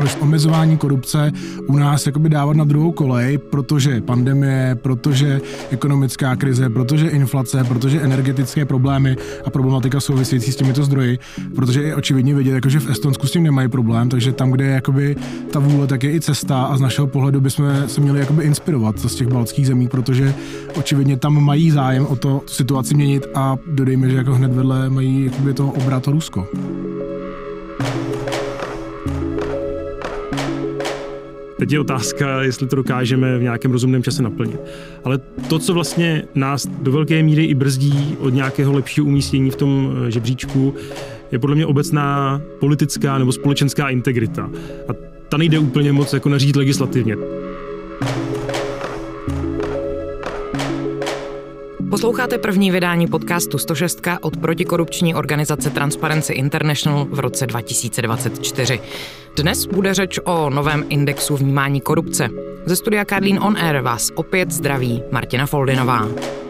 proč omezování korupce u nás jakoby dávat na druhou kolej, protože pandemie, protože ekonomická krize, protože inflace, protože energetické problémy a problematika související s těmito zdroji, protože je očividně vidět, jakože v Estonsku s tím nemají problém, takže tam, kde je jakoby ta vůle, tak je i cesta a z našeho pohledu bychom se měli jakoby inspirovat z těch baltských zemí, protože očividně tam mají zájem o to situaci měnit a dodejme, že jako hned vedle mají jakoby toho obrata Rusko. Teď je otázka, jestli to dokážeme v nějakém rozumném čase naplnit. Ale to, co vlastně nás do velké míry i brzdí od nějakého lepšího umístění v tom žebříčku, je podle mě obecná politická nebo společenská integrita. A ta nejde úplně moc jako nařídit legislativně. Posloucháte první vydání podcastu 106 od protikorupční organizace Transparency International v roce 2024. Dnes bude řeč o novém indexu vnímání korupce. Ze studia Karlín On Air vás opět zdraví Martina Foldinová.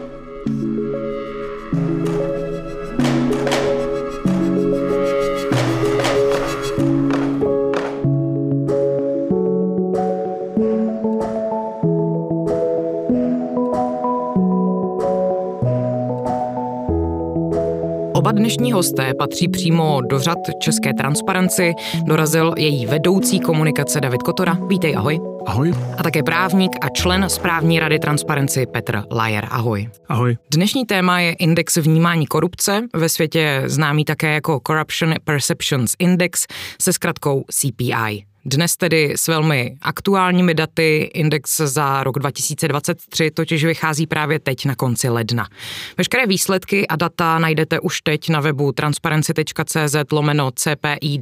Oba dnešní hosté patří přímo do řad České Transparency. Dorazil její vedoucí komunikace David Kotora. Vítej, ahoj. Ahoj. A také právník a člen správní rady Transparency Petr Lajer. Ahoj. Ahoj. Dnešní téma je index vnímání korupce, ve světě známý také jako Corruption Perceptions Index se zkratkou CPI. Dnes tedy s velmi aktuálními daty, index za rok 2023 totiž vychází právě teď na konci ledna. Veškeré výsledky a data najdete už teď na webu transparency.cz/CPI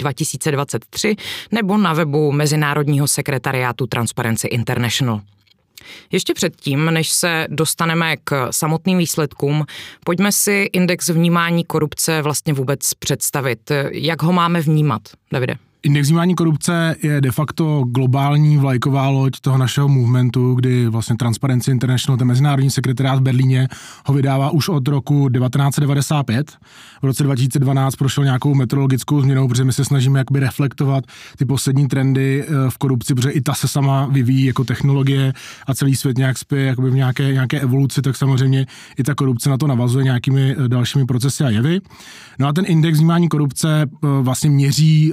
2023 nebo na webu Mezinárodního sekretariátu Transparency International. Ještě předtím, než se dostaneme k samotným výsledkům, pojďme si index vnímání korupce vlastně vůbec představit. Jak ho máme vnímat, Davide? Index vnímání korupce je de facto globální vlajková loď toho našeho movementu, kdy vlastně Transparency International, ten mezinárodní sekretariát v Berlíně, ho vydává už od roku 1995. V roce 2012 prošel nějakou metodologickou změnou, protože my se snažíme jakoby reflektovat ty poslední trendy v korupci, protože i ta se sama vyvíjí jako technologie a celý svět nějak spěje jakoby v nějaké evoluci, tak samozřejmě i ta korupce na to navazuje nějakými dalšími procesy a jevy. No a ten index vnímání korupce vlastně měří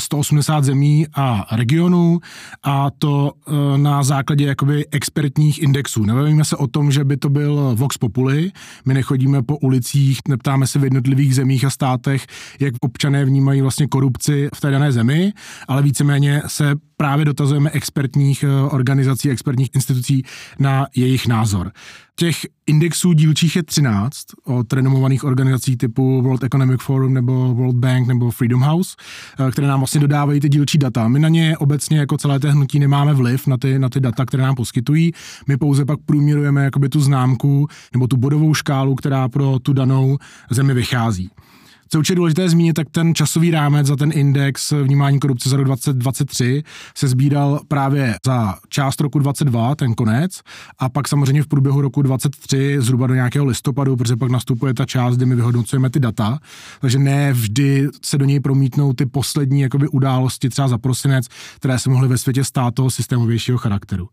180 zemí a regionů a to na základě jakoby expertních indexů. Nebavíme se o tom, že by to byl Vox Populi, my nechodíme po ulicích, neptáme se v jednotlivých zemích a státech, jak občané vnímají vlastně korupci v té dané zemi, ale víceméně se právě dotazujeme expertních organizací, expertních institucí na jejich názor. Těch indexů dílčích je 13 od renomovaných organizací typu World Economic Forum nebo World Bank nebo Freedom House, které nám vlastně dodávají ty dílčí data. My na ně obecně jako celé té hnutí nemáme vliv na ty data, které nám poskytují. My pouze pak průměrujeme jakoby tu známku nebo tu bodovou škálu, která pro tu danou zemi vychází. Co je důležité zmínit, tak ten časový rámec za ten index vnímání korupce za rok 2023 se sbíral právě za část roku 2022, ten konec, a pak samozřejmě v průběhu roku 2023 zhruba do nějakého listopadu, protože pak nastupuje ta část, kdy my vyhodnocujeme ty data, takže ne vždy se do něj promítnou ty poslední jakoby události třeba za prosinec, které se mohly ve světě stát toho systémovějšího charakteru.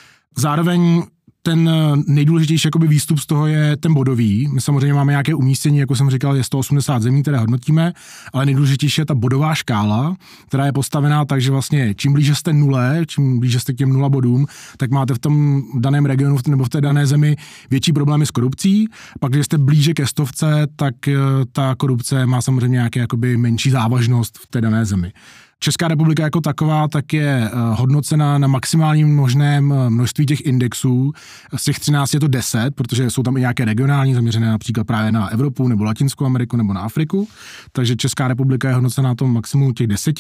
Zároveň ten nejdůležitější jakoby výstup z toho je ten bodový. My samozřejmě máme nějaké umístění, jako jsem říkal, je 180 zemí, které hodnotíme, ale nejdůležitější je ta bodová škála, která je postavená tak, že vlastně čím blíže jste nule, čím blíže jste k těm 0 bodům, tak máte v tom daném regionu nebo v té dané zemi větší problémy s korupcí. Pak, když jste blíže ke 100, tak ta korupce má samozřejmě nějaké jakoby menší závažnost v té dané zemi. Česká republika jako taková tak je hodnocena na maximálním možném množství těch indexů. Z těch 13 je to 10, protože jsou tam i nějaké regionální zaměřené například právě na Evropu nebo Latinskou Ameriku nebo na Afriku. Takže Česká republika je hodnocena na tom maximu těch 10.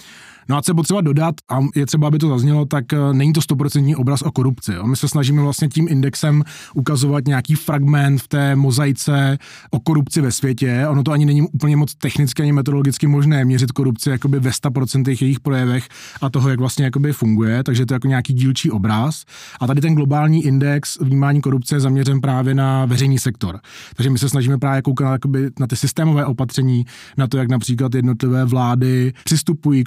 No a co je potřeba dodat, a je třeba, aby to zaznělo, tak není to 100% obraz o korupci. My se snažíme vlastně tím indexem ukazovat nějaký fragment v té mozaice o korupci ve světě. Ono to ani není úplně moc technicky ani metodologicky možné měřit korupci jakoby ve 100% jejich projevech a toho, jak vlastně jakoby funguje, takže to je jako nějaký dílčí obraz. A tady ten globální index vnímání korupce je zaměřen právě na veřejný sektor. Takže my se snažíme právě koukat na ty systémové opatření, na to, jak například jednotlivé vlády přistupují k omezování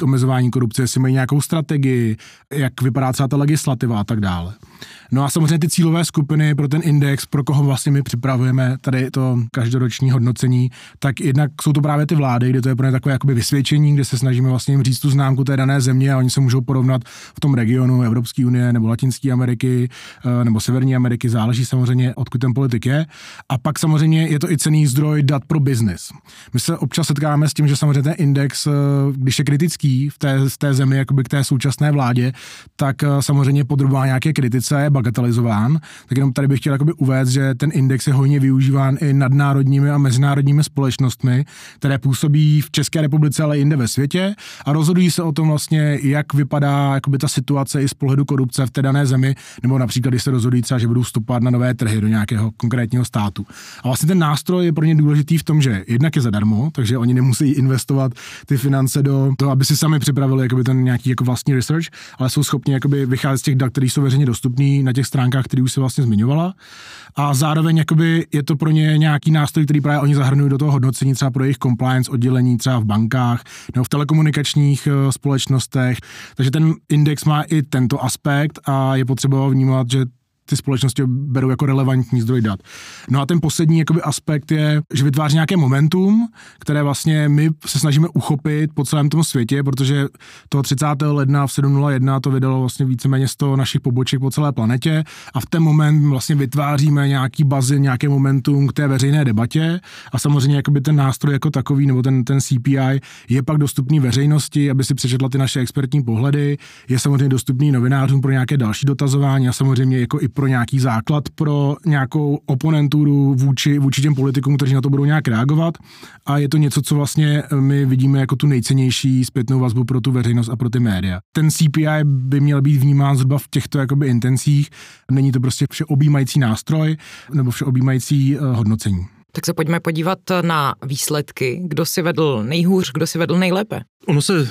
potírání korupce, jestli mají nějakou strategii, jak vypadá třeba ta legislativa a tak dále. No a samozřejmě ty cílové skupiny pro ten index, pro koho vlastně my připravujeme tady to každoroční hodnocení, tak jednak jsou to právě ty vlády, kde to je pro ně takové jakoby vysvědčení, kde se snažíme vlastně jim říct tu známku té dané země a oni se můžou porovnat v tom regionu Evropské unie nebo Latinské Ameriky nebo Severní Ameriky, záleží samozřejmě, odkud ten politik je. A pak samozřejmě je to i cenný zdroj dat pro biznis. My se občas setkáme s tím, že samozřejmě ten index, když je kritický v té zemi, jakoby k té současné vládě, tak samozřejmě podrobá nějaké kritice, je bagatelizován. Tak jenom tady bych chtěl jakoby uvést, že ten index je hojně využíván i nadnárodními a mezinárodními společnostmi, které působí v České republice, ale i jinde ve světě a rozhodují se o tom vlastně, jak vypadá jakoby ta situace i z pohledu korupce v té dané zemi, nebo například, když se rozhodují třeba, že budou vstupovat na nové trhy do nějakého konkrétního státu. A vlastně ten nástroj je pro ně důležitý v tom, že jednak je zadarmo, takže oni nemusí investovat ty finance do toho, aby si sami připravili jakoby ten nějaký jako vlastní research, ale jsou schopni jakoby vycházet z těch dat, které jsou veřejně dostupné na těch stránkách, které už se vlastně zmiňovala. A zároveň jakoby je to pro ně nějaký nástroj, který právě oni zahrnují do toho hodnocení třeba pro jejich compliance oddělení třeba v bankách nebo v telekomunikačních společnostech. Takže ten index má i tento aspekt a je potřeba vnímat, že ty společnosti berou jako relevantní zdroj dat. No a ten poslední jakoby aspekt je, že vytváří nějaké momentum, které vlastně my se snažíme uchopit po celém tom světě, protože toho 30. ledna v 7.01 to vydalo vlastně víceméně 100 našich poboček po celé planetě a v ten moment vlastně vytváříme nějaký bazin, nějaké momentum k té veřejné debatě a samozřejmě jakoby ten nástroj jako takový nebo ten CPI je pak dostupný veřejnosti, aby si přečetla ty naše expertní pohledy, je samozřejmě dostupný novinářům pro nějaké další dotazování a samozřejmě jako i pro nějaký základ, pro nějakou oponenturu vůči těm politikům, kteří na to budou nějak reagovat. A je to něco, co vlastně my vidíme jako tu nejcennější zpětnou vazbu pro tu veřejnost a pro ty média. Ten CPI by měl být vnímán zhruba v těchto jakoby intencích. Není to prostě všeobjímající nástroj nebo všeobjímající hodnocení. Tak se pojďme podívat na výsledky. Kdo si vedl nejhůř, kdo si vedl nejlépe? Ono se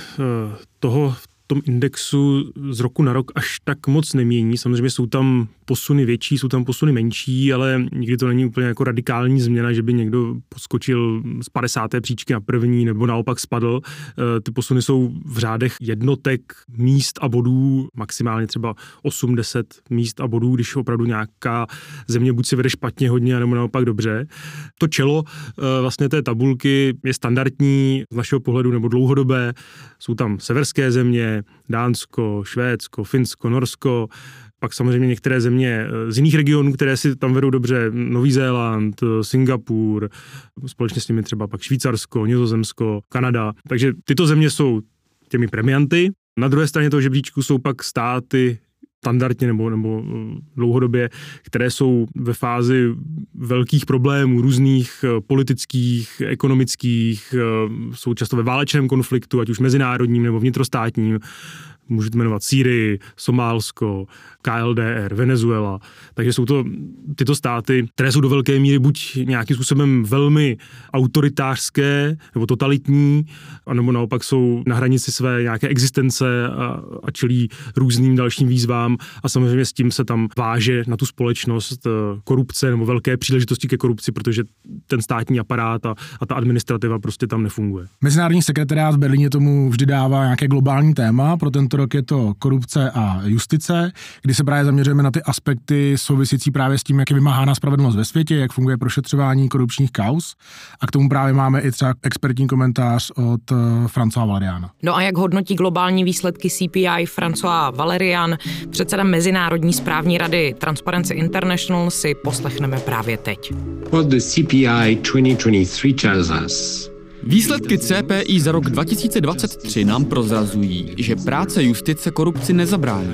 toho v tom indexu z roku na rok až tak moc nemění. Samozřejmě jsou tam posuny větší, jsou tam posuny menší, ale nikdy to není úplně jako radikální změna, že by někdo poskočil z 50. příčky na první nebo naopak spadl. Ty posuny jsou v řádech jednotek míst a bodů, maximálně třeba 8-10 míst a bodů, když opravdu nějaká země buď si vede špatně hodně, nebo naopak dobře. To čelo vlastně té tabulky je standardní z našeho pohledu nebo dlouhodobé. Jsou tam severské země, Dánsko, Švédsko, Finsko, Norsko, pak samozřejmě některé země z jiných regionů, které si tam vedou dobře, Nový Zéland, Singapur, společně s nimi třeba pak Švýcarsko, Nizozemsko, Kanada. Takže tyto země jsou těmi premianty. Na druhé straně toho žebříčku jsou pak státy standardně nebo dlouhodobě, které jsou ve fázi velkých problémů, různých politických, ekonomických, jsou často ve válečném konfliktu, ať už mezinárodním nebo vnitrostátním. Můžete jmenovat Sýrii, Somálsko, KLDR, Venezuela. Takže jsou to tyto státy, které jsou do velké míry buď nějakým způsobem velmi autoritářské nebo totalitní, anebo naopak jsou na hranici své nějaké existence a čelí různým dalším výzvám. A samozřejmě s tím se tam váže na tu společnost korupce nebo velké příležitosti ke korupci, protože ten státní aparát a ta administrativa prostě tam nefunguje. Mezinárodní sekretariát v Berlíně tomu vždy dává nějaké globální téma. Pro tento rok je to korupce a justice, kdy se právě zaměřujeme na ty aspekty související právě s tím, jak je vymáhána spravedlnost ve světě, jak funguje prošetřování korupčních kauz. A k tomu právě máme i třeba expertní komentář od Françoise Valeriana. No a jak hodnotí globální výsledky CPI François Valerian, předseda Mezinárodní správní rady Transparency International, si poslechneme právě teď. What the CPI 2023 tells us. Výsledky CPI za rok 2023 nám prozrazují, že práce justice korupci nezabrání.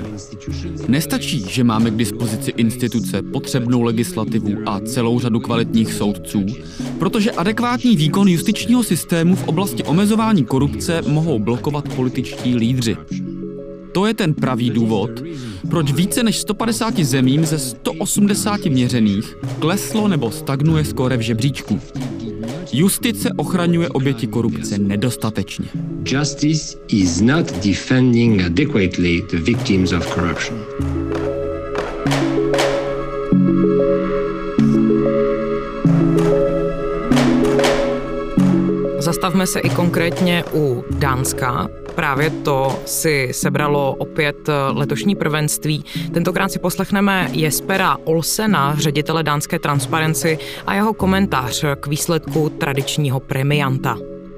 Nestačí, že máme k dispozici instituce, potřebnou legislativu a celou řadu kvalitních soudců, protože adekvátní výkon justičního systému v oblasti omezování korupce mohou blokovat političtí lídři. To je ten pravý důvod, proč více než 150 zemím ze 180 měřených kleslo nebo stagnuje skóre v žebříčku. Justice ochraňuje oběti korupce nedostatečně. Justice is not defending adequately the victims of corruption. Zastavme se i konkrétně u Dánska. Právě to si sebralo opět letošní prvenství. Tentokrát si poslechneme Jespera Olsena, ředitele dánské Transparency, a jeho komentář k výsledku tradičního premianta.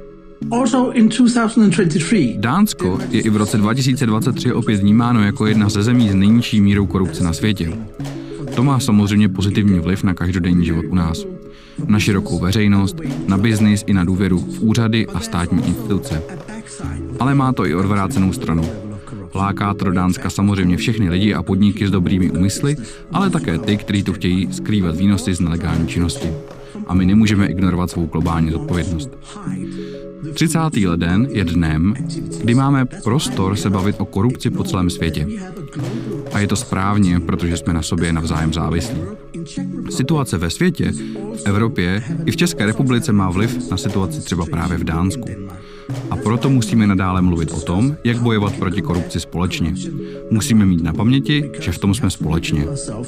Dánsko je i v roce 2023 opět vnímáno jako jedna ze zemí s nejnižší mírou korupce na světě. To má samozřejmě pozitivní vliv na každodenní život u nás. Na širokou veřejnost, na biznis i na důvěru v úřady a státní instituce. Ale má to i odvrácenou stranu. Láká to do Dánska samozřejmě všechny lidi a podniky s dobrými úmysly, ale také ty, kteří tu chtějí skrývat výnosy z nelegální činnosti. A my nemůžeme ignorovat svou globální zodpovědnost. 30. leden je dnem, kdy máme prostor se bavit o korupci po celém světě. A je to správně, protože jsme na sobě navzájem závislí. Situace ve světě, v Evropě i v České republice má vliv na situaci třeba právě v Dánsku. A proto musíme nadále mluvit o tom, jak bojovat proti korupci společně. Musíme mít na paměti, že v tom jsme společně.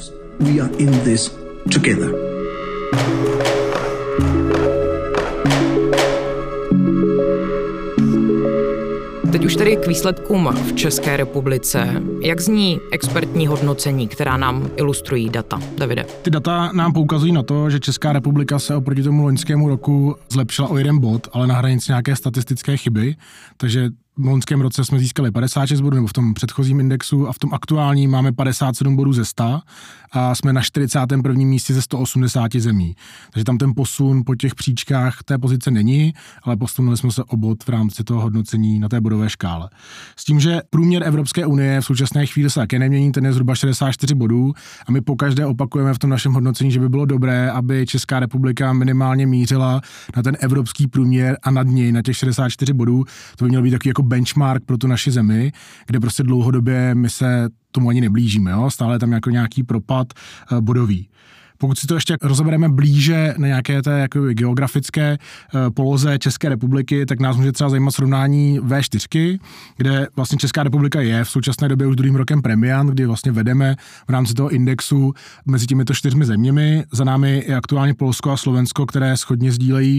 Teď už tedy k výsledkům v České republice. Jak zní expertní hodnocení, která nám ilustrují data? Davide. Ty data nám poukazují na to, že Česká republika se oproti tomu loňskému roku zlepšila o 1 bod, ale na hranici nějaké statistické chyby, takže v loňském roce jsme získali 56 bodů, nebo v tom předchozím indexu, a v tom aktuálním máme 57 bodů ze 100 a jsme na 41. místě ze 180 zemí. Takže tam ten posun po těch příčkách té pozice není, ale posunuli jsme se o bod v rámci toho hodnocení na té bodové škále. S tím, že průměr Evropské unie v současné chvíli se také nemění, ten je zhruba 64 bodů a my pokaždé opakujeme v tom našem hodnocení, že by bylo dobré, aby Česká republika minimálně mířila na ten evropský průměr a nad něj, na těch 64 bodů. To by mělo být takový jako benchmark pro tu naši zemi, kde prostě dlouhodobě my se tomu ani neblížíme, jo? Stále je tam jako nějaký propad bodový. Pokud si to ještě rozebereme blíže na nějaké té jako geografické poloze České republiky, tak nás může třeba zajímat srovnání V4, kde vlastně Česká republika je v současné době už druhým rokem premiant, kdy vlastně vedeme v rámci toho indexu mezi těmito 4 zeměmi. Za námi je aktuálně Polsko a Slovensko, které shodně sdílejí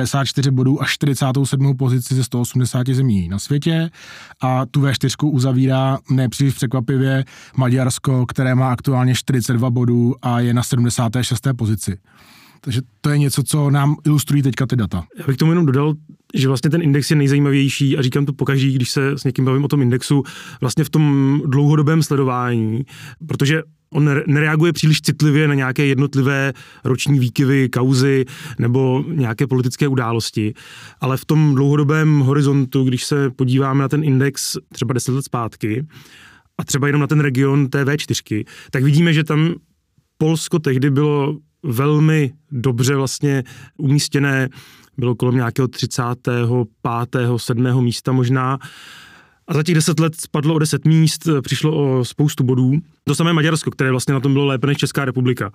54 bodů a 47. pozici ze 180 zemí na světě. A tu V4 uzavírá nepříliš překvapivě Maďarsko, které má aktuálně 42 bodů a je na 76. pozici. Takže to je něco, co nám ilustrují teďka ty data. Já bych tomu jenom dodal, že vlastně ten index je nejzajímavější a říkám to pokaždý, když se s někým bavím o tom indexu, vlastně v tom dlouhodobém sledování, protože on nereaguje příliš citlivě na nějaké jednotlivé roční výkyvy, kauzy nebo nějaké politické události, ale v tom dlouhodobém horizontu, když se podíváme na ten index třeba 10 let zpátky a třeba jenom na ten region té V4, tak vidíme, že tam Polsko tehdy bylo velmi dobře vlastně umístěné, bylo kolem nějakého 35. 7. místa možná. A za těch 10 let spadlo o 10 míst, přišlo o spoustu bodů. To samé Maďarsko, které vlastně na tom bylo lépe než Česká republika.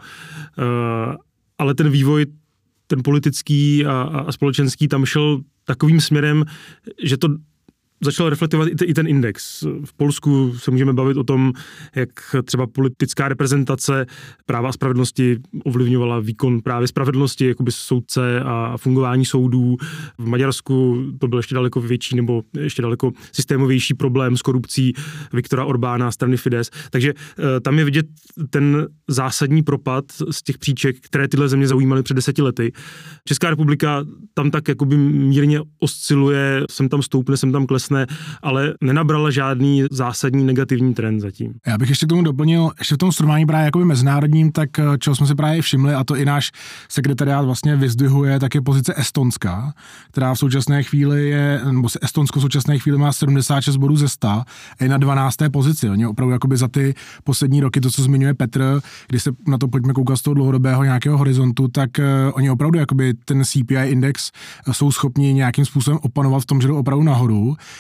Ale ten vývoj, ten politický a společenský tam šel takovým směrem, že to začal reflektovat i ten index. V Polsku se můžeme bavit o tom, jak třeba politická reprezentace Práva a spravedlnosti ovlivňovala výkon právě spravedlnosti, jakoby soudce a fungování soudů. V Maďarsku to byl ještě daleko větší nebo ještě daleko systémovější problém s korupcí Viktora Orbána strany Fidesz. Takže tam je vidět ten zásadní propad z těch příček, které tyhle země zaujímaly před 10 lety. Česká republika tam tak jakoby mírně osciluje, sem tam stoupne, sem tam klesne, ale nenabrala žádný zásadní negativní trend zatím. Já bych ještě k tomu doplnil, ještě v tom srovnání právě jakoby mezinárodním, tak čeho jsme si právě všimli, a to i náš sekretariát vlastně vyzdvihuje, tak je pozice Estonska, která v současné chvíli je, nebo Estonsko v současné chvíli má 76 bodů ze 100 a je na 12. pozici. Oni opravdu jakoby za ty poslední roky, to, co zmiňuje Petr, když se na to pojďme koukat z toho dlouhodobého nějakého horizontu, tak oni opravdu jakoby ten CPI index jsou schopni nějakým způsobem opanovat v tom, že jdou opravdu nahoru.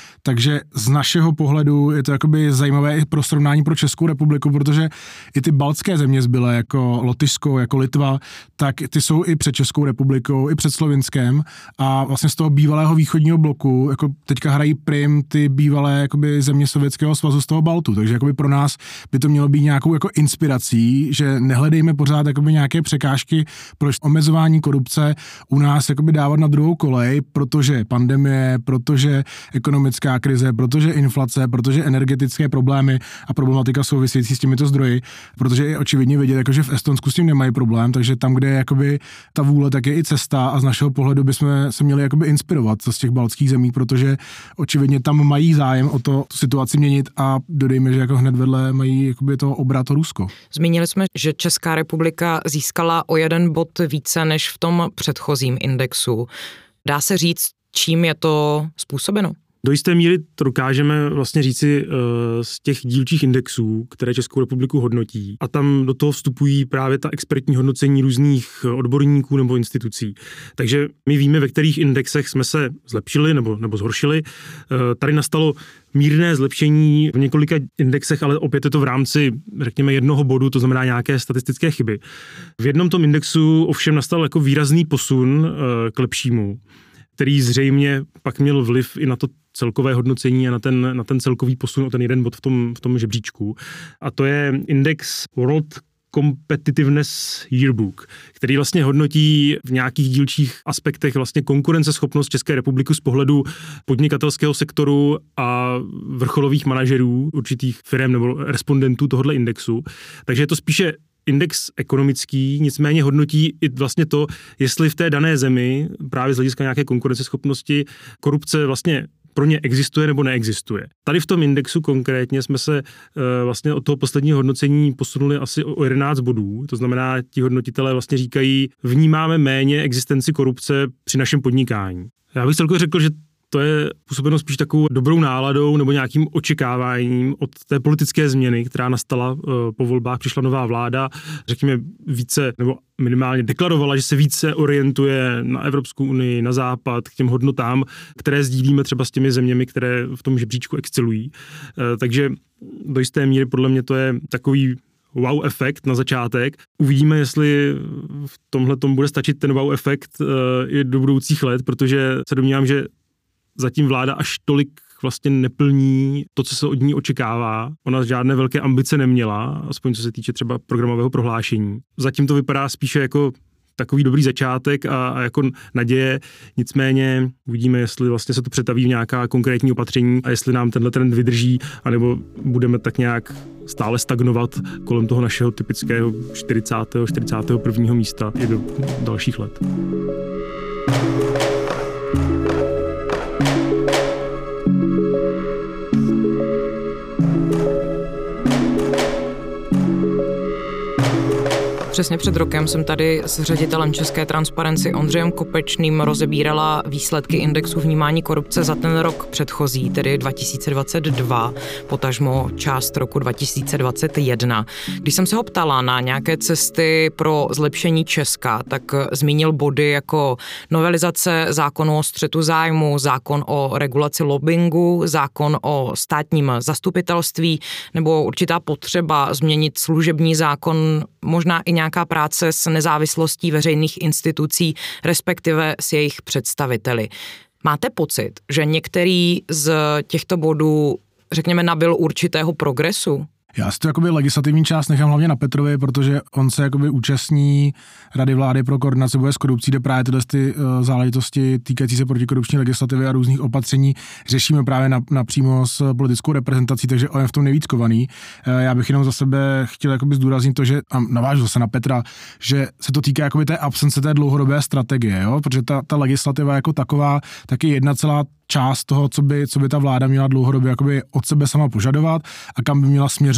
Takže z našeho pohledu je to jakoby zajímavé i pro srovnání pro Českou republiku, protože i ty baltské země zbylé, jako Lotyšsko, jako Litva, tak ty jsou i před Českou republikou, i před Slovinskem a vlastně z toho bývalého východního bloku, jako teďka hrají prim ty bývalé jakoby země Sovětského svazu z toho Baltu, takže jakoby pro nás by to mělo být nějakou jako inspirací, že nehledejme pořád jakoby nějaké překážky pro omezování korupce u nás jakoby dávat na druhou kolej, protože pandemie, protože ekonomická krize, protože inflace, protože energetické problémy a problematika související s těmito zdroji, protože je očividně vidět, jakože v Estonsku s tím nemají problém, takže tam, kde je jakoby ta vůle, tak je i cesta a z našeho pohledu bychom se měli jakoby inspirovat z těch baltských zemí, protože očividně tam mají zájem o to tu situaci měnit a dodejme, že jako hned vedle mají jakoby to obrat Rusko. Zmínili jsme, že Česká republika získala o 1 bod více než v tom předchozím indexu. Dá se říct, čím je to způsobeno? Do jisté míry to dokážeme vlastně říci z těch dílčích indexů, které Českou republiku hodnotí. A tam do toho vstupují právě ta expertní hodnocení různých odborníků nebo institucí. Takže my víme, ve kterých indexech jsme se zlepšili nebo zhoršili. Tady nastalo mírné zlepšení v několika indexech, ale opět je to v rámci, řekněme, 1 bodu, to znamená nějaké statistické chyby. V jednom tom indexu ovšem nastal jako výrazný posun k lepšímu, který zřejmě pak měl vliv i na to celkové hodnocení a na ten celkový posun o ten 1 bod v tom žebříčku. A to je index World Competitiveness Yearbook, který vlastně hodnotí v nějakých dílčích aspektech vlastně konkurenceschopnost České republiky z pohledu podnikatelského sektoru a vrcholových manažerů určitých firm nebo respondentů tohoto indexu. Takže je to spíše index ekonomický, nicméně hodnotí i vlastně to, jestli v té dané zemi právě z hlediska nějaké konkurenceschopnosti korupce vlastně pro ně existuje nebo neexistuje. Tady v tom indexu konkrétně jsme se vlastně od toho posledního hodnocení posunuli asi o 11 bodů, to znamená, ti hodnotitelé vlastně říkají, vnímáme méně existenci korupce při našem podnikání. Já bych celkově řekl, že to je působeno spíš takovou dobrou náladou nebo nějakým očekáváním od té politické změny, která nastala po volbách, přišla nová vláda, řekněme více nebo minimálně deklarovala, že se více orientuje na Evropskou unii, na západ, k těm hodnotám, které sdílíme třeba s těmi zeměmi, které v tom žebříčku excelují. Takže do jisté míry podle mě to je takový wow efekt na začátek. Uvidíme, jestli v tomhle tomu bude stačit ten wow efekt i do budoucích let, protože se domnívám, že zatím vláda až tolik vlastně neplní to, co se od ní očekává. Ona žádné velké ambice neměla, aspoň co se týče třeba programového prohlášení. Zatím to vypadá spíše jako takový dobrý začátek a jako naděje, nicméně uvidíme, jestli vlastně se to přetaví v nějaká konkrétní opatření a jestli nám tenhle trend vydrží, anebo budeme tak nějak stále stagnovat kolem toho našeho typického 41. místa i do dalších let. Přesně před rokem jsem tady s ředitelem České Transparency Ondřejem Kopečným rozebírala výsledky indexu vnímání korupce za ten rok předchozí, tedy 2022, potažmo část roku 2021. Když jsem se ho ptala na nějaké cesty pro zlepšení Česka, tak zmínil body jako novelizace zákonu o střetu zájmu, zákon o regulaci lobbingu, zákon o státním zastupitelství nebo určitá potřeba změnit služební zákon, možná i nějaká práce s nezávislostí veřejných institucí, respektive s jejich představiteli. Máte pocit, že některý z těchto bodů, řekněme, nabyl určitého progresu? Já si to jakoby legislativní část nechám hlavně na Petrovi, protože on se jakoby účastní Rady vlády pro koordinaci boje s korupcí, kde právě tyhle záležitosti týkající se protikorupční legislativy a různých opatření řešíme právě napřímo s politickou reprezentací, takže on je v tom nejvíc kovaný. Já bych jenom za sebe chtěl jakoby zdůraznit to, že, a navážu zase na Petra, že se to týká jakoby té absence té dlouhodobé strategie, jo? Protože ta legislativa jako taková taky jedna celá část toho, co by ta vláda měla dlouhodobě jakoby od sebe sama požadovat a kam by měla směřovat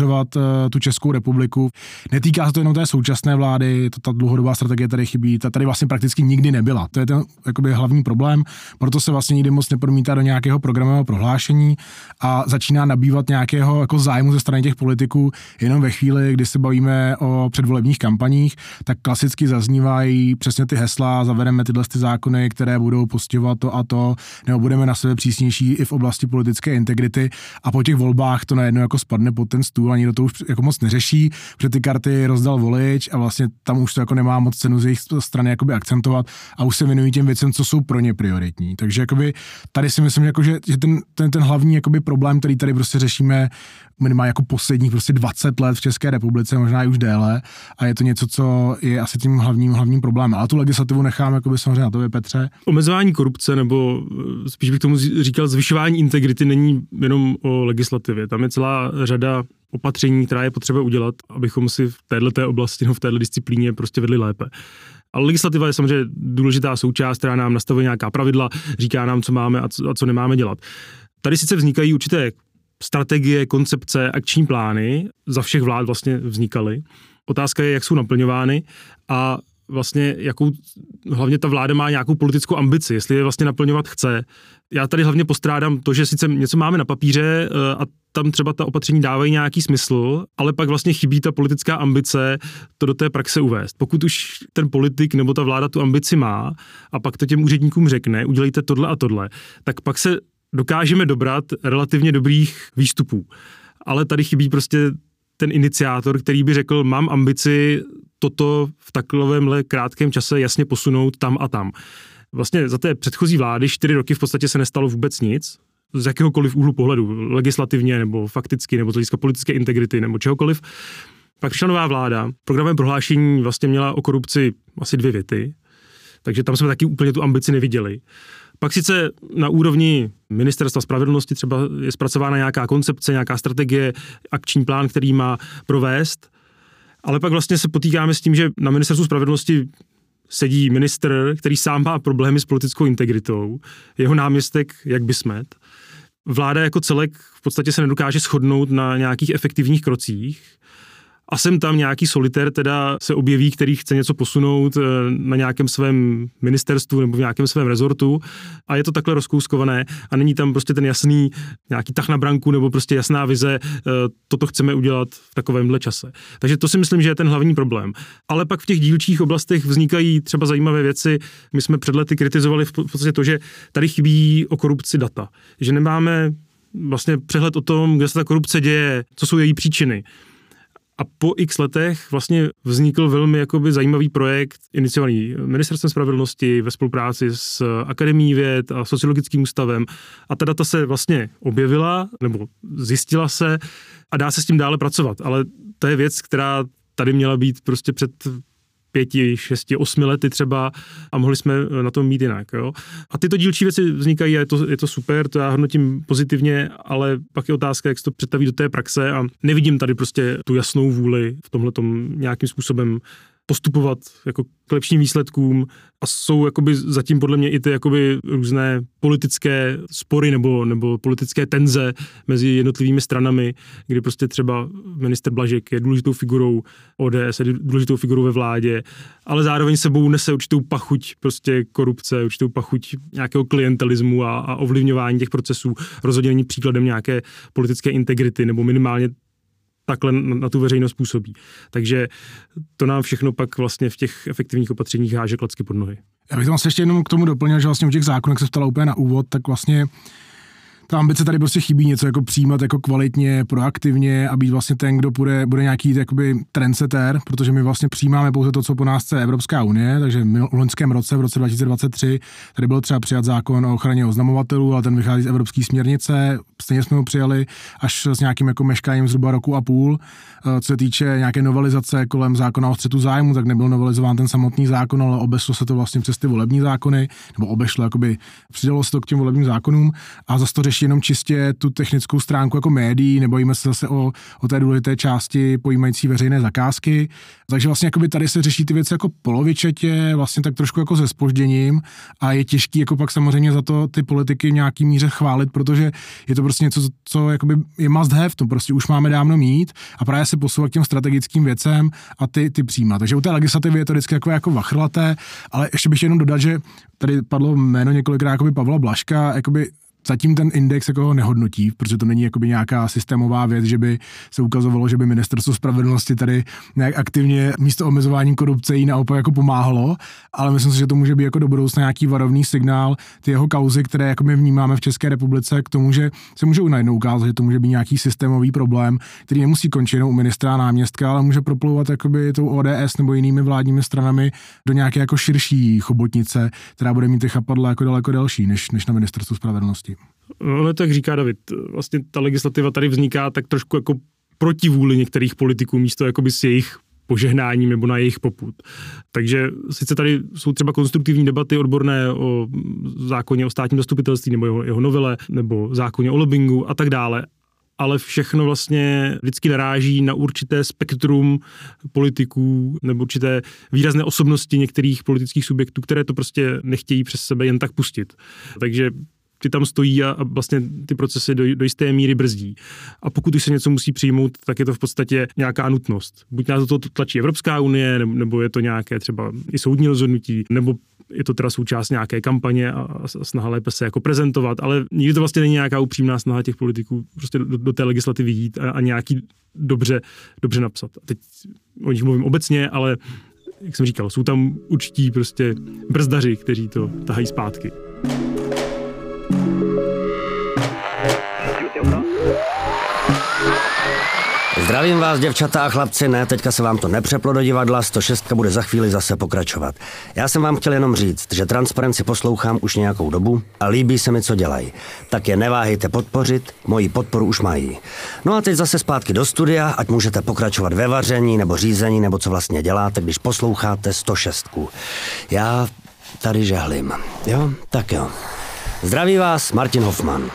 směřovat tu Českou republiku. Netýká se to jenom té současné vlády, ta dlouhodobá strategie tady chybí, ta tady vlastně prakticky nikdy nebyla. To je ten jakoby hlavní problém, proto se vlastně nikdy moc nepromítá do nějakého programového prohlášení a začíná nabývat nějakého jako zájmu ze strany těch politiků jenom ve chvíli, kdy se bavíme o předvolebních kampaních, tak klasicky zaznívají přesně ty hesla, zavedeme tyhle zákony, které budou postihovat to a to, nebo budeme na sebe přísnější i v oblasti politické integrity a po těch volbách to najednou jako spadne pod ten stůl a nikdo to už jako moc neřeší, protože ty karty rozdal volič a vlastně tam už to jako nemá moc cenu z jejich strany jakoby akcentovat a už se věnují těm věcem, co jsou pro ně prioritní. Takže jakoby tady si myslím, jako, že ten hlavní jakoby problém, který tady prostě řešíme minimálně jako posledních prostě 20 let v České republice, možná i už déle, a je to něco, co je asi tím hlavním problémem. Ale tu legislativu nechám jakoby samozřejmě na tobě, Petře. Omezování korupce, nebo spíš bych tomu říkal zvyšování integrity, není jenom o legislativě. Tam je celá řada opatření, která je potřeba udělat, abychom si v této oblasti, v této disciplíně prostě vedli lépe. Ale legislativa je samozřejmě důležitá součást, která nám nastavuje nějaká pravidla, říká nám, co máme a co nemáme dělat. Tady sice vznikají určité strategie, koncepce, akční plány, za všech vlád vlastně vznikaly. Otázka je, jak jsou naplňovány a vlastně hlavně ta vláda má nějakou politickou ambici, jestli je vlastně naplňovat chce. Já tady hlavně postrádám to, že sice něco máme na papíře a tam třeba ta opatření dávají nějaký smysl, ale pak vlastně chybí ta politická ambice to do té praxe uvést. Pokud už ten politik nebo ta vláda tu ambici má a pak to těm úředníkům řekne, udělejte tohle a tohle, tak pak se dokážeme dobrat relativně dobrých výstupů. Ale tady chybí prostě ten iniciátor, který by řekl, mám ambici toto v takovémhle krátkém čase jasně posunout tam a tam. Vlastně za té předchozí vlády 4 roky v podstatě se nestalo vůbec nic, z jakéhokoliv úhlu pohledu, legislativně nebo fakticky, nebo z hlediska politické integrity nebo čehokoliv. Pak přišla nová vláda, programové prohlášení vlastně měla o korupci asi 2 věty, takže tam jsme taky úplně tu ambici neviděli. Pak sice na úrovni Ministerstva spravedlnosti třeba je zpracována nějaká koncepce, nějaká strategie, akční plán, který má provést, ale pak vlastně se potýkáme s tím, že na Ministerstvu spravedlnosti sedí ministr, který sám má problémy s politickou integritou, jeho náměstek Jakub Smet. Vláda jako celek v podstatě se nedokáže shodnout na nějakých efektivních krocích a sem tam nějaký solitér teda se objeví, který chce něco posunout na nějakém svém ministerstvu nebo v nějakém svém rezortu a je to takhle rozkouskované a není tam prostě ten jasný nějaký tah na branku nebo prostě jasná vize, toto chceme udělat v takovémhle čase. Takže to si myslím, že je ten hlavní problém. Ale pak v těch dílčích oblastech vznikají třeba zajímavé věci. My jsme před lety kritizovali v podstatě to, že tady chybí o korupci data, že nemáme vlastně přehled o tom, kde se ta korupce děje, co jsou její příčiny. A po x letech vlastně vznikl velmi jakoby zajímavý projekt iniciovaný Ministerstvem spravedlnosti ve spolupráci s Akademií věd a Sociologickým ústavem. A ta data se vlastně objevila, nebo zjistila se a dá se s tím dále pracovat. Ale to je věc, která tady měla být prostě před 5, 6, 8 lety třeba a mohli jsme na tom mít jinak. Jo? A tyto dílčí věci vznikají a je to super, to já hodnotím pozitivně, ale pak je otázka, jak se to přetaví do té praxe a nevidím tady prostě tu jasnou vůli v tomhletom nějakým způsobem postupovat jako k lepším výsledkům a jsou jakoby zatím podle mě i ty jakoby různé politické spory nebo politické tenze mezi jednotlivými stranami, kdy prostě třeba ministr Blažek je důležitou figurou ODS, je důležitou figurou ve vládě, ale zároveň sebou nese určitou pachuť prostě korupce, určitou pachuť nějakého klientelismu a ovlivňování těch procesů. Rozhodně není příkladem nějaké politické integrity nebo minimálně takhle na tu veřejnost působí. Takže to nám všechno pak vlastně v těch efektivních opatřeních háže klacky pod nohy. Já bych tam ještě jenom k tomu doplnil, že vlastně u těch zákonů, jak se ptala úplně na úvod, tak vlastně ta ambice tady prostě chybí něco jako přijímat jako kvalitně, proaktivně a být vlastně ten, kdo bude nějaký jakoby trendsetter, protože my vlastně přijímáme pouze to, co po nás chce Evropská unie, takže v loňském roce, v roce 2023, tady byl třeba přijat zákon o ochraně oznamovatelů, ale ten vychází z evropské směrnice, stejně jsme ho přijali až s nějakým jako meškáním zhruba 1,5 roku. Co se týče nějaké novelizace kolem zákona o střetu zájmu, tak nebyl novelizován ten samotný zákon, ale obešlo se to vlastně přes ty volební zákony, nebo obešlo, jakoby přidalo se to k těm volebním zákonům a zase to řeší jenom čistě tu technickou stránku jako médií, nebojíme se zase o té důležité části pojímající veřejné zakázky. Takže vlastně jakoby tady se řeší ty věci jako polovičetě, vlastně tak trošku jako se zpožděním a je těžký jako pak samozřejmě za to ty politiky v nějaký míře chválit, protože je to prostě něco, co jakoby je must have, to prostě už máme dávno mít a právě se posouvat k těm strategickým věcem a ty přijímat. Takže u té legislativy je to vždycky takové jako vachrlaté, ale ještě bych jenom dodat, že tady padlo jméno několikrát jakoby Pavla Blažka, jakoby zatím ten index jako ho nehodnotí, protože to není jakoby nějaká systémová věc, že by se ukazovalo, že by ministerstvo spravedlnosti tady nějak aktivně místo omezování korupce jí naopak jako pomáhalo, ale myslím si, že to může být jako do budoucna nějaký varovný signál, ty jeho kauzy, které jako my vnímáme v České republice, k tomu, že se může najednou ukázat, že to může být nějaký systémový problém, který nemusí končit jenom u ministra a náměstka, ale může proplouvat jakoby tou ODS nebo jinými vládními stranami do nějaké jako širší chobotnice, která bude mít ty chapadla jako daleko delší než na ministerstvu spravedlnosti. No, tak říká David, vlastně ta legislativa tady vzniká tak trošku jako proti vůli některých politiků, místo jakoby s jejich požehnáním nebo na jejich popud. Takže sice tady jsou třeba konstruktivní debaty odborné o zákoně o státním zastupitelství nebo jeho novele, nebo zákoně o lobbingu a tak dále, ale všechno vlastně vždycky naráží na určité spektrum politiků nebo určité výrazné osobnosti některých politických subjektů, které to prostě nechtějí přes sebe jen tak pustit. Takže ty tam stojí a vlastně ty procesy do jisté míry brzdí. A pokud už se něco musí přijmout, tak je to v podstatě nějaká nutnost. Buď nás do toho tlačí Evropská unie, nebo je to nějaké třeba i soudní rozhodnutí, nebo je to teda součást nějaké kampaně a snaha lépe se jako prezentovat, ale nikdy to vlastně není nějaká upřímná snaha těch politiků prostě do té legislativy jít a nějaký dobře napsat. A teď o nich mluvím obecně, ale jak jsem říkal, jsou tam určití prostě brzdaři, kteří to tahají zpátky. Zdravím vás, děvčata a chlapci, ne, teďka se vám to nepřeplo do divadla, 106 bude za chvíli zase pokračovat. Já jsem vám chtěl jenom říct, že Transparenci poslouchám už nějakou dobu a líbí se mi, co dělají. Tak je neváhejte podpořit, moji podporu už mají. No a teď zase zpátky do studia, ať můžete pokračovat ve vaření nebo řízení, nebo co vlastně děláte, když posloucháte 106. Já tady žehlím, jo? Tak jo. Zdraví vás, Martin Hoffman.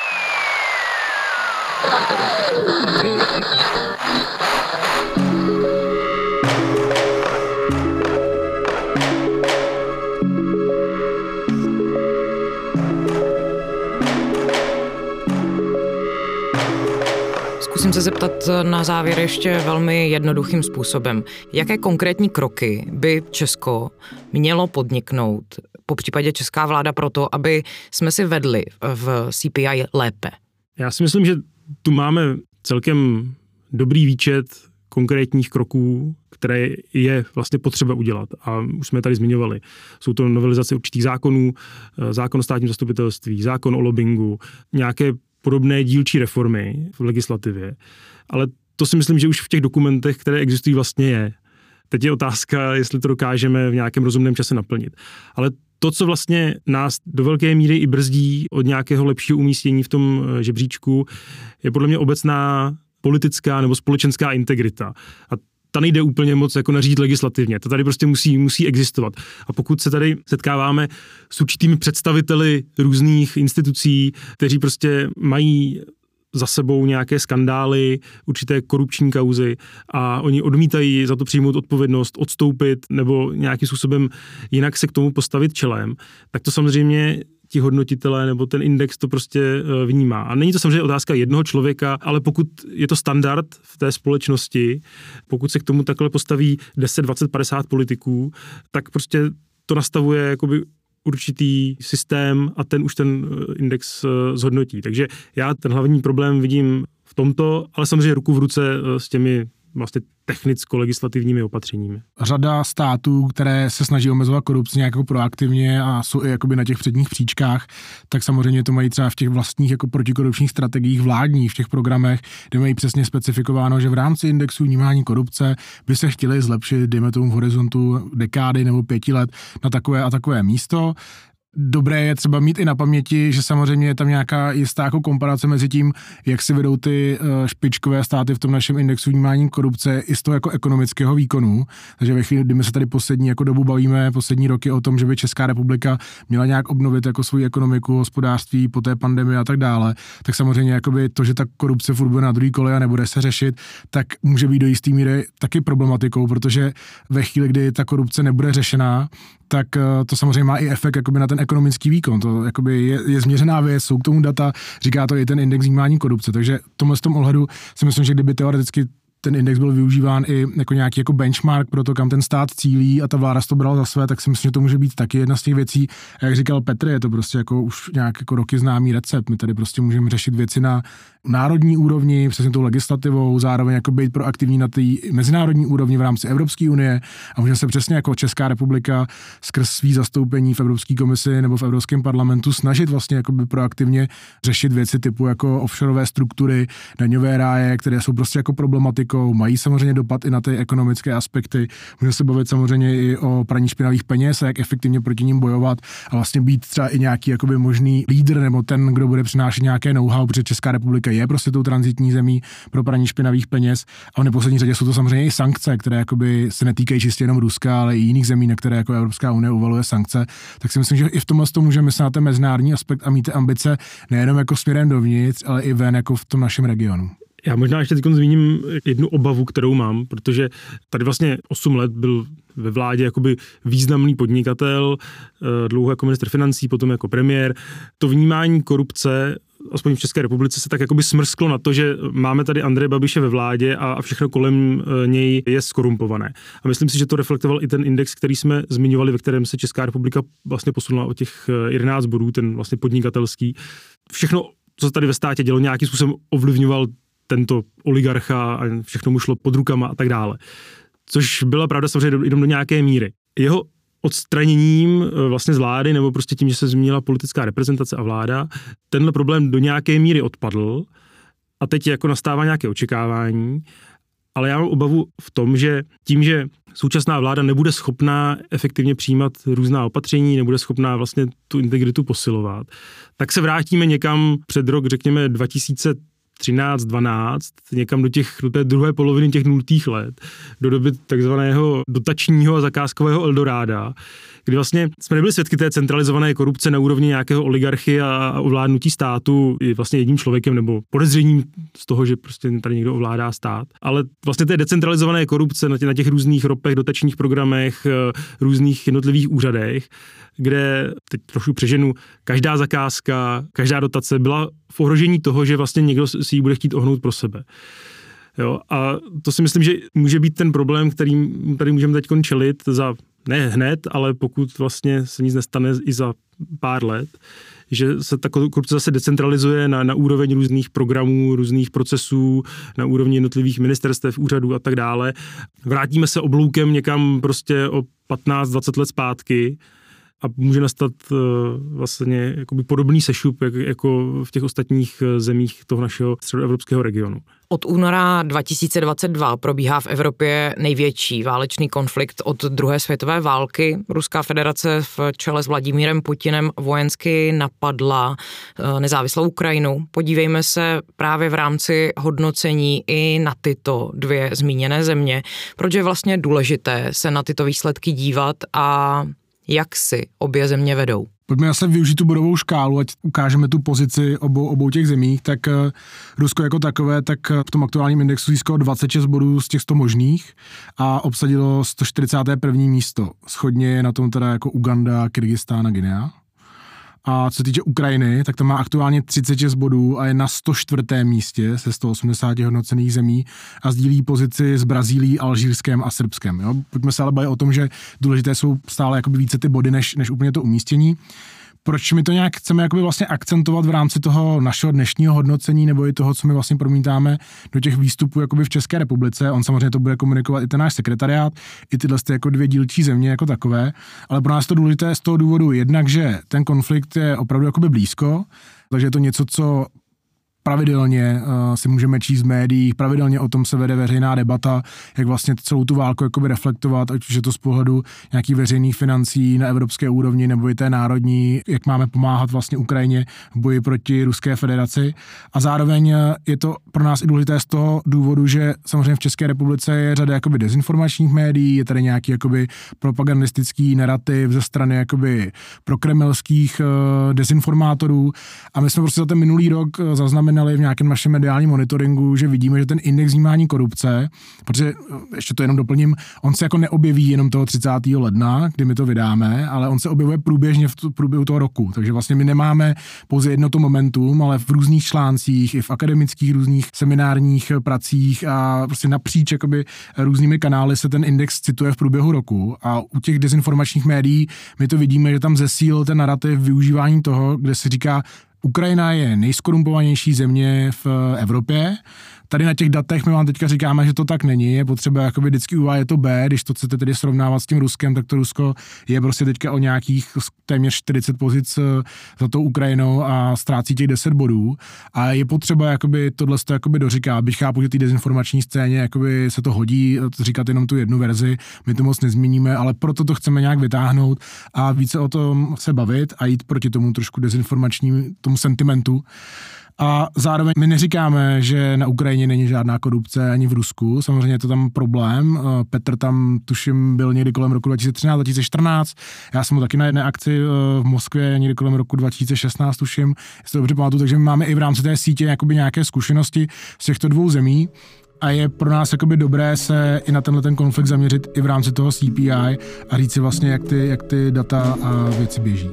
Zkusím se zeptat na závěr ještě velmi jednoduchým způsobem. Jaké konkrétní kroky by Česko mělo podniknout, popřípadě česká vláda, proto, aby jsme si vedli v CPI lépe? Já si myslím, že tu máme celkem dobrý výčet konkrétních kroků, které je vlastně potřeba udělat. A už jsme tady zmiňovali. Jsou to novelizace určitých zákonů, zákon o státním zastupitelství, zákon o lobbingu, nějaké podobné dílčí reformy v legislativě. Ale to si myslím, že už v těch dokumentech, které existují, vlastně je. Teď je otázka, jestli to dokážeme v nějakém rozumném čase naplnit. Ale to, co vlastně nás do velké míry i brzdí od nějakého lepšího umístění v tom žebříčku, je podle mě obecná politická nebo společenská integrita. A ta nejde úplně moc jako nařídit legislativně. To tady prostě musí existovat. A pokud se tady setkáváme s určitými představiteli různých institucí, kteří prostě mají za sebou nějaké skandály, určité korupční kauzy a oni odmítají za to přijmout odpovědnost, odstoupit nebo nějakým způsobem jinak se k tomu postavit čelem, tak to samozřejmě ti hodnotitelé nebo ten index to prostě vnímá. A není to samozřejmě otázka jednoho člověka, ale pokud je to standard v té společnosti, pokud se k tomu takhle postaví 10, 20, 50 politiků, tak prostě to nastavuje jakoby určitý systém a ten už ten index zhodnotí. Takže já ten hlavní problém vidím v tomto, ale samozřejmě ruku v ruce s těmi vlastně technicko-legislativními opatřeními. Řada států, které se snaží omezovat korupci nějak proaktivně a jsou i jakoby na těch předních příčkách, tak samozřejmě to mají třeba v těch vlastních jako protikorupčních strategiích vládních, v těch programech, kde mají přesně specifikováno, že v rámci indexu vnímání korupce by se chtěli zlepšit, dejme tomu v horizontu dekády nebo 5 let na takové a takové místo. dobré je třeba mít i na paměti, že samozřejmě je tam nějaká jistá jako komparace mezi tím, jak si vedou ty špičkové státy v tom našem indexu vnímání korupce i z toho jako ekonomického výkonu. Takže ve chvíli, kdy my se tady poslední jako dobu bavíme, poslední roky o tom, že by Česká republika měla nějak obnovit jako svou ekonomiku, hospodářství po té pandemii a tak dále, tak samozřejmě jakoby to, že ta korupce furt bude na druhý kole a nebude se řešit, tak může být do jistý míry taky problematikou, protože ve chvíli, kdy ta korupce nebude řešená, tak to samozřejmě má i efekt jakoby na ten ekonomický výkon. To jakoby je změřená věc, jsou k tomu data, říká to i ten index vnímání korupce. Takže v tom ohledu si myslím, že kdyby teoreticky ten index byl využíván i jako nějaký jako benchmark pro to, kam ten stát cílí a ta vláda to brala za své, tak si myslím, že to může být taky jedna z těch věcí. A jak říkal Petr, je to prostě jako už nějak jako roky známý recept. My tady prostě můžeme řešit věci na národní úrovni, přesně tou legislativou, zároveň jako být proaktivní na té mezinárodní úrovni v rámci Evropské unie a můžeme se přesně jako Česká republika skrz svý zastoupení v Evropské komisi nebo v Evropském parlamentu snažit vlastně jako by proaktivně řešit věci typu jako offshoreové struktury, daňové ráje, které jsou prostě jako problematikou, mají samozřejmě dopad i na ty ekonomické aspekty. Můžeme se bavit samozřejmě i o praní špinavých peněz a jak efektivně proti ním bojovat a vlastně být třeba i nějaký jakoby možný lídr nebo ten, kdo bude přinášet nějaké know-how, protože Česká republika je prostě tou tranzitní zemí pro praní špinavých peněz a v neposlední řadě jsou to samozřejmě i sankce, které jakoby se netýkají čistě jenom Ruska, ale i jiných zemí, na které jako Evropská unie uvaluje sankce. Tak si myslím, že i v tomhle tomu můžeme myslet na ten mezinárodní aspekt a mít ty ambice nejenom jako směrem dovnitř, ale i ven jako v tom našem regionu. Já možná ještě teď zmíním jednu obavu, kterou mám, protože tady vlastně 8 let byl ve vládě jakoby významný podnikatel, dlouho jako ministr financí, potom jako premiér. To vnímání korupce, aspoň v České republice, se tak jakoby smrsklo na to, že máme tady Andreje Babiše ve vládě a všechno kolem něj je skorumpované. A myslím si, že to reflektoval i ten index, který jsme zmiňovali, ve kterém se Česká republika vlastně posunula o těch 11 bodů, ten vlastně podnikatelský. Všechno, co se tady ve státě dělo, nějakým způsobem ovlivňoval tento oligarcha a všechno mu šlo pod rukama a tak dále. Což byla pravda samozřejmě jenom do nějaké míry. Jeho odstraněním vlastně z vlády, nebo prostě tím, že se změnila politická reprezentace a vláda, tenhle problém do nějaké míry odpadl a teď jako nastává nějaké očekávání, ale já mám obavu v tom, že tím, že současná vláda nebude schopná efektivně přijímat různá opatření, nebude schopná vlastně tu integritu posilovat, tak se vrátíme někam před rok, řekněme 2013-12, někam do té druhé poloviny těch 0. let, do doby takzvaného dotačního a zakázkového Eldoráda, kdy vlastně jsme nebyli svědky té centralizované korupce na úrovni nějakého oligarchy a ovládnutí státu i vlastně jedním člověkem nebo podezřením z toho, že prostě tady někdo ovládá stát. Ale vlastně té decentralizované korupce na těch různých ropech, dotačních programech, různých jednotlivých úřadech, kde, teď trošku přeženu, každá zakázka, každá dotace byla v ohrožení toho, že vlastně někdo si ji bude chtít ohnout pro sebe. Jo, a to si myslím, že může být ten problém, který tady můžeme teď čelit za ne hned, ale pokud vlastně se nic nestane i za pár let, že se ta korupce zase decentralizuje na úroveň různých programů, různých procesů, na úrovni jednotlivých ministerstev, úřadů a tak dále. Vrátíme se obloukem někam prostě o 15-20 let zpátky a může nastat vlastně jakoby podobný sešup jako v těch ostatních zemích toho našeho středoevropského regionu. Od února 2022 probíhá v Evropě největší válečný konflikt od druhé světové války. Ruská federace v čele s Vladimírem Putinem vojensky napadla nezávislou Ukrajinu. Podívejme se právě v rámci hodnocení i na tyto dvě zmíněné země. Proč je vlastně důležité se na tyto výsledky dívat a jak si obě země vedou? Pojďme zase využít tu bodovou škálu, ať ukážeme tu pozici obou těch zemích, tak Rusko jako takové, tak v tom aktuálním indexu získalo 26 bodů z těch 100 možných a obsadilo 141. místo. Shodně je na tom teda jako Uganda, Kyrgyzstán a Guinea. A co se týče Ukrajiny, tak tam má aktuálně 36 bodů a je na 104. místě ze 180 hodnocených zemí a sdílí pozici s Brazílií, Alžírskem a Srbskem. Jo? Pojďme se ale bavit o tom, že důležité jsou stále jakoby více ty body, než úplně to umístění. Proč my to nějak chceme jakoby vlastně akcentovat v rámci toho našeho dnešního hodnocení nebo i toho, co my vlastně promítáme do těch výstupů jakoby v České republice. On samozřejmě to bude komunikovat i ten náš sekretariát, i tyhle jako dvě dílčí země jako takové, ale pro nás to důležité z toho důvodu jednak, že ten konflikt je opravdu jakoby blízko, takže je to něco, co pravidelně si můžeme číst v médiích, pravidelně o tom se vede veřejná debata, jak vlastně celou tu válku jakoby reflektovat, ať už je to z pohledu nějakých veřejných financí na evropské úrovni nebo i té národní, jak máme pomáhat vlastně Ukrajině v boji proti Ruské federaci. A zároveň je to pro nás i důležité z toho důvodu, že samozřejmě v České republice je řada jakoby dezinformačních médií, je tady nějaký jakoby propagandistický narrativ ze strany jakoby prokremelských dezinformátorů a my jsme prostě za ten minulý rok zaznamenali v nějakém našem mediálním monitoringu, že vidíme, že ten index vnímání korupce, protože ještě to jenom doplním, on se jako neobjeví jenom toho 30. ledna, kdy my to vydáme, ale on se objevuje průběžně v průběhu toho roku, takže vlastně my nemáme pouze jedno to momentum, ale v různých článcích, i v akademických různých seminárních pracích a prostě napříč jakoby různými kanály se ten index cituje v průběhu roku a u těch dezinformačních médií my to vidíme, že tam zesílil ten narrativ využívání toho, kde se říká, Ukrajina je nejskorumpovanější země v Evropě. Tady na těch datech my vám teďka říkáme, že to tak není, je potřeba jakoby vždycky uvádět to B, když to chcete tedy srovnávat s tím Ruskem, tak to Rusko je prostě teďka o nějakých téměř 40 pozic za tou Ukrajinou a ztrácí těch 10 bodů a je potřeba jakoby tohle to jakoby doříkat, byť chápu, že té dezinformační scéně jakoby se to hodí říkat jenom tu jednu verzi, my to moc nezmíníme, ale proto to chceme nějak vytáhnout a více o tom se bavit a jít proti tomu trošku dezinformačnímu, tomu sentimentu. A zároveň my neříkáme, že na Ukrajině není žádná korupce ani v Rusku, samozřejmě je to tam problém. Petr tam tuším byl někdy kolem roku 2013-2014, já jsem mu taky na jedné akci v Moskvě někdy kolem roku 2016 tuším, jestli to dobře pamatuju, takže my máme i v rámci té sítě jakoby nějaké zkušenosti z těchto dvou zemí. A je pro nás jakoby dobré se i na tenhle ten konflikt zaměřit i v rámci toho CPI a říct si vlastně, jak ty data a věci běží.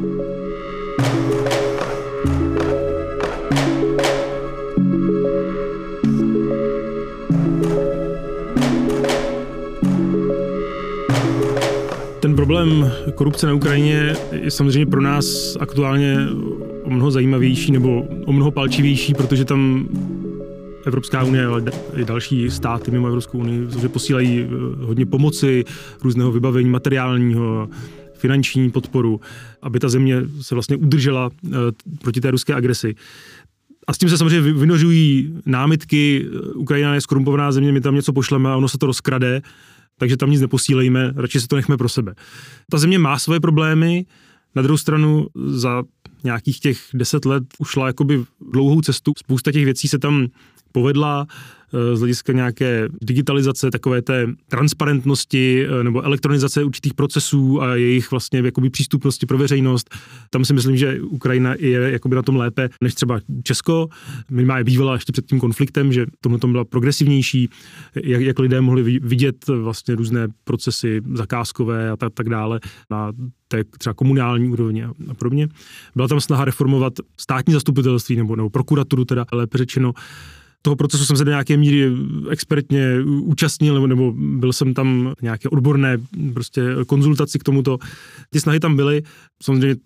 Ten problém korupce na Ukrajině je samozřejmě pro nás aktuálně o mnoho zajímavější nebo o mnoho palčivější, protože tam Evropská unie, ale i další státy mimo Evropskou unii, protože posílají hodně pomoci, různého vybavení materiálního, finanční podporu, aby ta země se vlastně udržela proti té ruské agresi. A s tím se samozřejmě vynořují námitky, Ukrajina je skorumpovaná země, my tam něco pošleme a ono se to rozkrade, takže tam nic neposílejme, radši si to nechme pro sebe. Ta země má svoje problémy, na druhou stranu za nějakých těch 10 let ušla jakoby dlouhou cestu. Spousta těch věcí se tam povedla z hlediska nějaké digitalizace, takové té transparentnosti nebo elektronizace určitých procesů a jejich vlastně jakoby přístupnosti pro veřejnost. Tam si myslím, že Ukrajina je jakoby na tom lépe než třeba Česko. Minimálně bývala ještě před tím konfliktem, že tomhle tom byla progresivnější, jak lidé mohli vidět vlastně různé procesy zakázkové a tak dále na té třeba komunální úrovni a podobně. Byla tam snaha reformovat státní zastupitelství nebo prokuraturu, teda lépe řečeno. Toho procesu jsem se do nějaké míry expertně účastnil, nebo byl jsem tam nějaké odborné prostě konzultaci k tomuto. Ty snahy tam byly, samozřejmě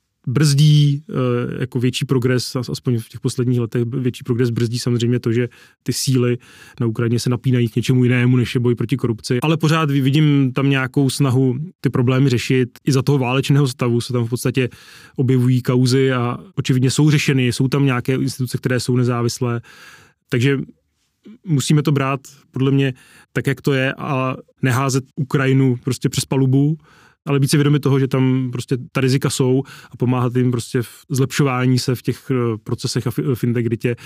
brzdí jako větší progres, aspoň v těch posledních letech větší progres brzdí samozřejmě to, že ty síly na Ukrajině se napínají k něčemu jinému, než je boj proti korupci. Ale pořád vidím tam nějakou snahu ty problémy řešit. I za toho válečného stavu se tam v podstatě objevují kauzy a očividně jsou řešeny, jsou tam nějaké instituce, které jsou nezávislé. Takže musíme to brát podle mě tak, jak to je a neházet Ukrajinu prostě přes palubu, ale být si vědomi toho, že tam prostě ta rizika jsou a pomáhat jim prostě v zlepšování se v těch procesech a v integritě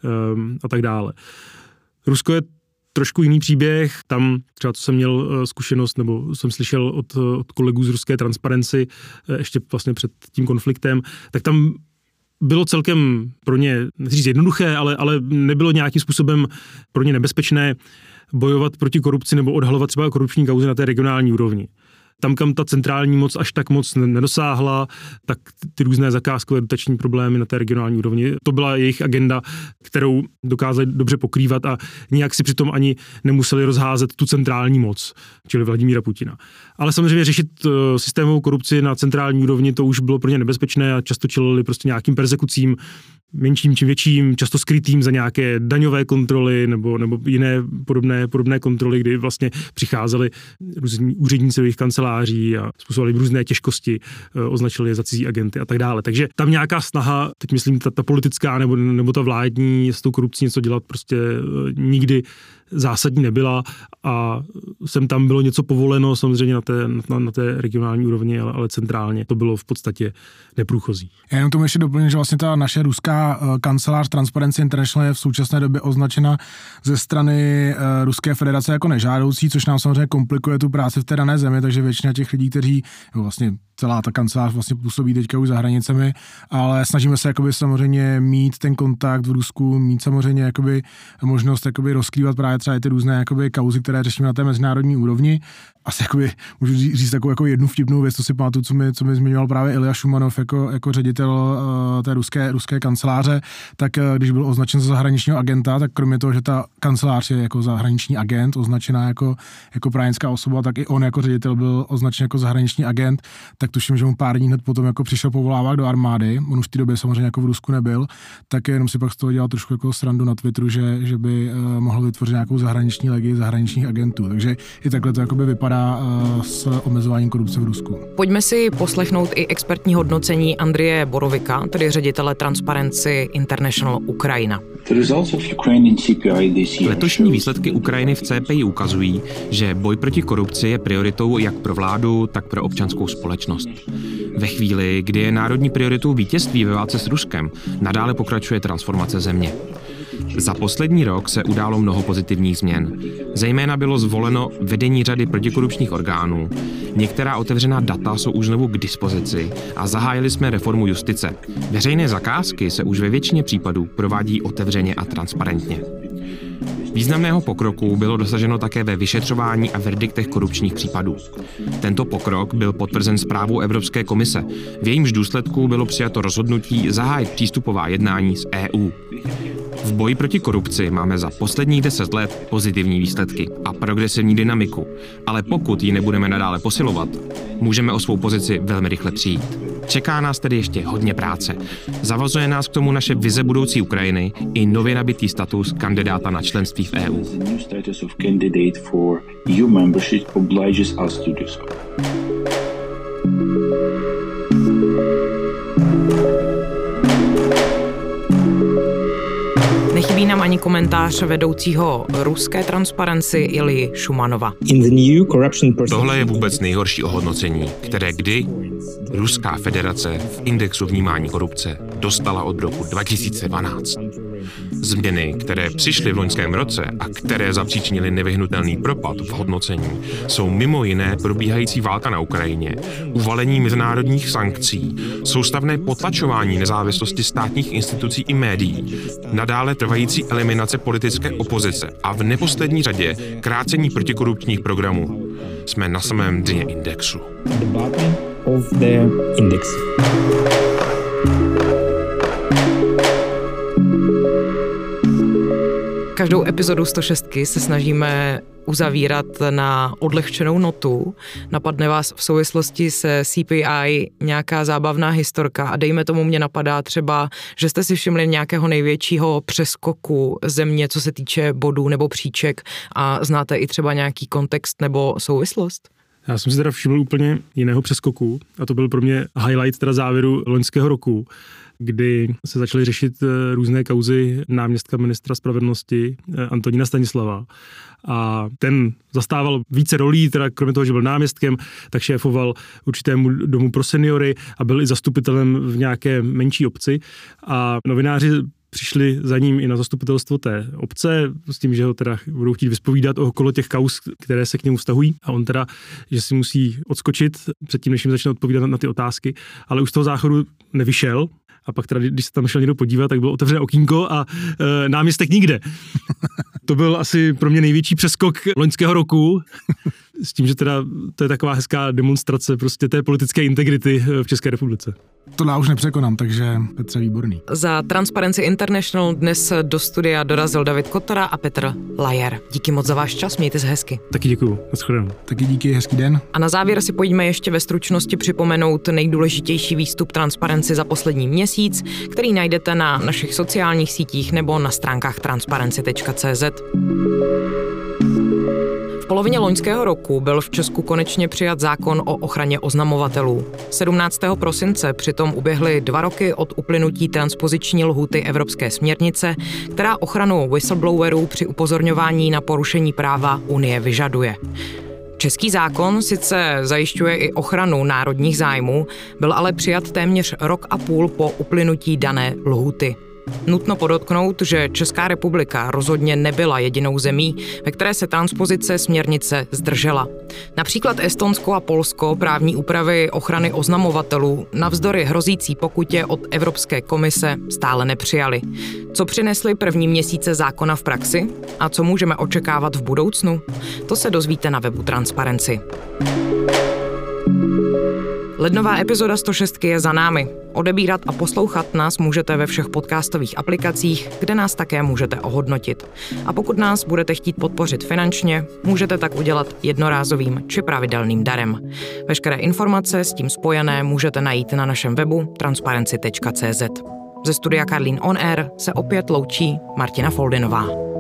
a tak dále. Rusko je trošku jiný příběh, tam třeba co jsem měl zkušenost, nebo jsem slyšel od kolegů z ruské Transparency ještě vlastně před tím konfliktem, tak tam bylo celkem pro ně, nechci říct jednoduché, ale nebylo nějakým způsobem pro ně nebezpečné bojovat proti korupci nebo odhalovat třeba korupční kauzy na té regionální úrovni. Tam, kam ta centrální moc až tak moc nedosáhla, tak ty různé zakázkové dotační problémy na té regionální úrovni, to byla jejich agenda, kterou dokázali dobře pokrývat a nijak si přitom ani nemuseli rozházet tu centrální moc, čili Vladimíra Putina. Ale samozřejmě řešit systémovou korupci na centrální úrovni, to už bylo pro ně nebezpečné a často čelili prostě nějakým perzekucím, menším či větším, často skrytým za nějaké daňové kontroly nebo jiné podobné kontroly, kdy vlastně přicházeli různí úředníci do jejich kanceláří kanceláří a způsobovali různé těžkosti, označili je za cizí agenty a tak dále. Takže tam nějaká snaha, teď myslím ta politická nebo ta vládní s tou korupcí něco dělat prostě nikdy zásadní nebyla a sem tam bylo něco povoleno samozřejmě na té regionální úrovni, ale centrálně to bylo v podstatě neprůchozí. Já jenom tomu ještě doplním, že vlastně ta naše ruská kancelář Transparency International je v současné době označena ze strany Ruské federace jako nežádoucí, což nám samozřejmě komplikuje tu práci v té dané zemi, takže většina těch lidí, kteří vlastně celá ta kancelář vlastně působí teďka už za hranicemi, ale snažíme se jakoby samozřejmě mít ten kontakt v Rusku, mít samozřejmě jakoby možnost jakoby rozkrývat právě třeba ty různé jakoby kauzy, které řešíme na té mezinárodní úrovni. Asi jakoby můžu říct takovou jako jednu vtipnou věc, to si pamatuju, co mi zmiňoval právě Ilja Šumanov jako ředitel té ruské kanceláře, tak když byl označen za zahraničního agenta, tak kromě toho, že ta kancelář je jako zahraniční agent, označená jako právnická osoba, tak i on jako ředitel byl označen jako zahraniční agent, tak tuším, že mu pár dní hned potom jako přišel povolávák do armády, on už v té době samozřejmě jako v Rusku nebyl, tak jenom si pak z toho dělal trošku jako srandu na Twitteru, že by mohl vytvořit nějakou zahraniční legii zahraničních agentů. Takže i takhle to jakoby vypadá s omezováním korupce v Rusku. Pojďme si poslechnout i expertní hodnocení Andreje Borovika, tedy ředitele Transparency International Ukrajina. Letošní výsledky Ukrajiny v CPI ukazují, že boj proti korupci je prioritou jak pro vládu, tak pro občanskou společnost. Ve chvíli, kdy je národní prioritou vítězství ve válce s Ruskem, nadále pokračuje transformace země. Za poslední rok se událo mnoho pozitivních změn. Zejména bylo zvoleno vedení řady protikorupčních orgánů. Některá otevřená data jsou už znovu k dispozici a zahájili jsme reformu justice. Veřejné zakázky se už ve většině případů provádí otevřeně a transparentně. Významného pokroku bylo dosaženo také ve vyšetřování a verdiktech korupčních případů. Tento pokrok byl potvrzen zprávou Evropské komise. V jejímž důsledku bylo přijato rozhodnutí zahájit přístupová jednání s EU. V boji proti korupci máme za posledních 10 let pozitivní výsledky a progresivní dynamiku, ale pokud ji nebudeme nadále posilovat, můžeme o svou pozici velmi rychle přijít. Čeká nás tedy ještě hodně práce. Zavazuje nás k tomu naše vize budoucí Ukrajiny i nově nabitý status kandidáta na členství v EU. Nechybí nám ani komentář vedoucího ruské Transparency Ilji Šumanova. Tohle je vůbec nejhorší ohodnocení, které kdy Ruská federace v indexu vnímání korupce dostala od roku 2012. Změny, které přišly v loňském roce a které zapříčinily nevyhnutelný propad v hodnocení, jsou mimo jiné probíhající válka na Ukrajině, uvalení mezinárodních sankcí, soustavné potlačování nezávislosti státních institucí i médií, nadále trvající eliminace politické opozice a v neposlední řadě krácení protikorupčních programů. Jsme na samém dně indexu. Každou epizodu 106 se snažíme uzavírat na odlehčenou notu. Napadne vás v souvislosti se CPI nějaká zábavná historka a dejme tomu, mě napadá třeba, že jste si všimli nějakého největšího přeskoku země, co se týče bodů nebo příček a znáte i třeba nějaký kontext nebo souvislost? Já jsem si teda všiml úplně jiného přeskoku a to byl pro mě highlight teda závěru loňského roku, kdy se začaly řešit různé kauzy náměstka ministra spravedlnosti Antonína Stanislava. A ten zastával více rolí, teda kromě toho, že byl náměstkem, tak šéfoval určitému domu pro seniory a byl i zastupitelem v nějaké menší obci. A novináři přišli za ním i na zastupitelstvo té obce s tím, že ho teda budou chtít vyspovídat okolo těch kauz, které se k němu vztahují. A on teda, že si musí odskočit předtím, než jim začne odpovídat na ty otázky, ale už z toho záchodu nevyšel. A pak teda, když se tam šel někdo podívat, tak bylo otevřené okýnko a náměstek nikde. To byl asi pro mě největší přeskok loňského roku. S tím, že teda to je taková hezká demonstrace prostě té politické integrity v České republice. To já už nepřekonám, takže Petře, výborný. Za Transparency International dnes do studia dorazil David Kotara a Petr Lajer. Díky moc za váš čas, mějte se hezky. Taky děkuju, nashledanou. Taky díky, hezký den. A na závěr si pojďme ještě ve stručnosti připomenout nejdůležitější výstup Transparency za poslední měsíc, který najdete na našich sociálních sítích nebo na stránkách transparency.cz. V polovině loňského roku byl v Česku konečně přijat zákon o ochraně oznamovatelů. 17. prosince přitom uběhly 2 roky od uplynutí transpoziční lhůty evropské směrnice, která ochranu whistleblowerů při upozorňování na porušení práva Unie vyžaduje. Český zákon sice zajišťuje i ochranu národních zájmů, byl ale přijat téměř 1,5 roku po uplynutí dané lhůty. Nutno podotknout, že Česká republika rozhodně nebyla jedinou zemí, ve které se transpozice směrnice zdržela. Například Estonsko a Polsko právní úpravy ochrany oznamovatelů navzdory hrozící pokutě od Evropské komise stále nepřijali. Co přinesly první měsíce zákona v praxi a co můžeme očekávat v budoucnu? To se dozvíte na webu Transparency. Lednová epizoda 106 je za námi. Odebírat a poslouchat nás můžete ve všech podcastových aplikacích, kde nás také můžete ohodnotit. A pokud nás budete chtít podpořit finančně, můžete tak udělat jednorázovým či pravidelným darem. Veškeré informace s tím spojené můžete najít na našem webu transparency.cz. Ze studia Karlín On Air se opět loučí Martina Foldinová.